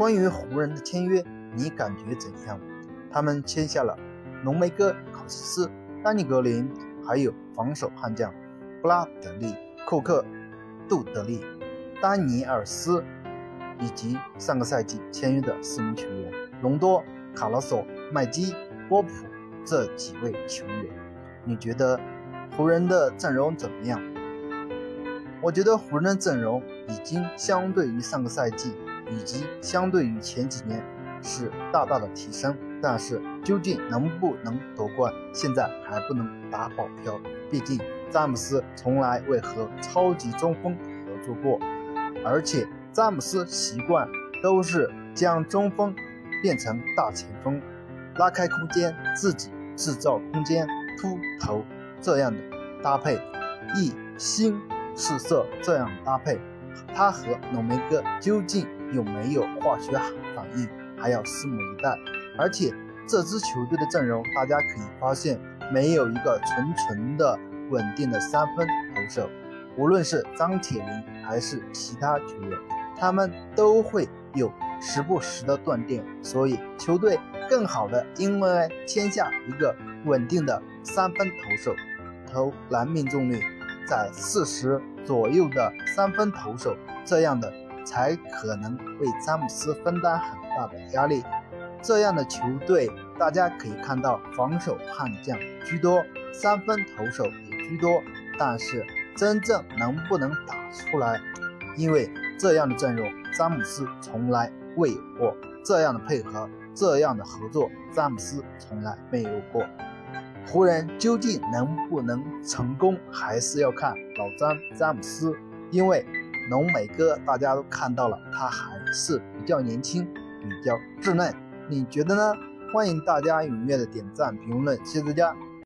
关于湖人的签约，你感觉怎样？他们签下了浓眉哥考西斯、丹尼格林，还有防守悍将布拉德利、寇克、杜德利、丹尼尔斯，以及上个赛季签约的4名球员隆多、卡拉索、麦基、波普这几位球员。你觉得湖人的阵容怎么样？我觉得湖人的阵容已经相对于上个赛季以及相对于前几年是大大的提升，但是究竟能不能夺冠，现在还不能打保票。毕竟詹姆斯从来未和超级中锋合作过，而且詹姆斯习惯都是将中锋变成大前锋，拉开空间，自己制造空间突投，这样的搭配一心四射，这样搭配他和浓眉哥究竟有没有化学反应，还要拭目以待。而且这支球队的阵容，大家可以发现没有一个纯的稳定的三分投手，无论是张铁林还是其他球员，他们都会有时不时的断电，所以球队更好的应该签下一个稳定的三分投手，投篮命中率在40左右的三分投手，这样的才可能为詹姆斯分担很大的压力。这样的球队大家可以看到防守悍将居多，三分投手也居多，但是真正能不能打出来，因为这样的阵容詹姆斯从来未有过，这样的配合，这样的合作詹姆斯从来没有过。湖人究竟能不能成功，还是要看老詹姆斯，因为浓眉哥大家都看到了，他还是比较年轻，比较稚嫩。你觉得呢？欢迎大家踊跃的点赞评论，谢谢大家。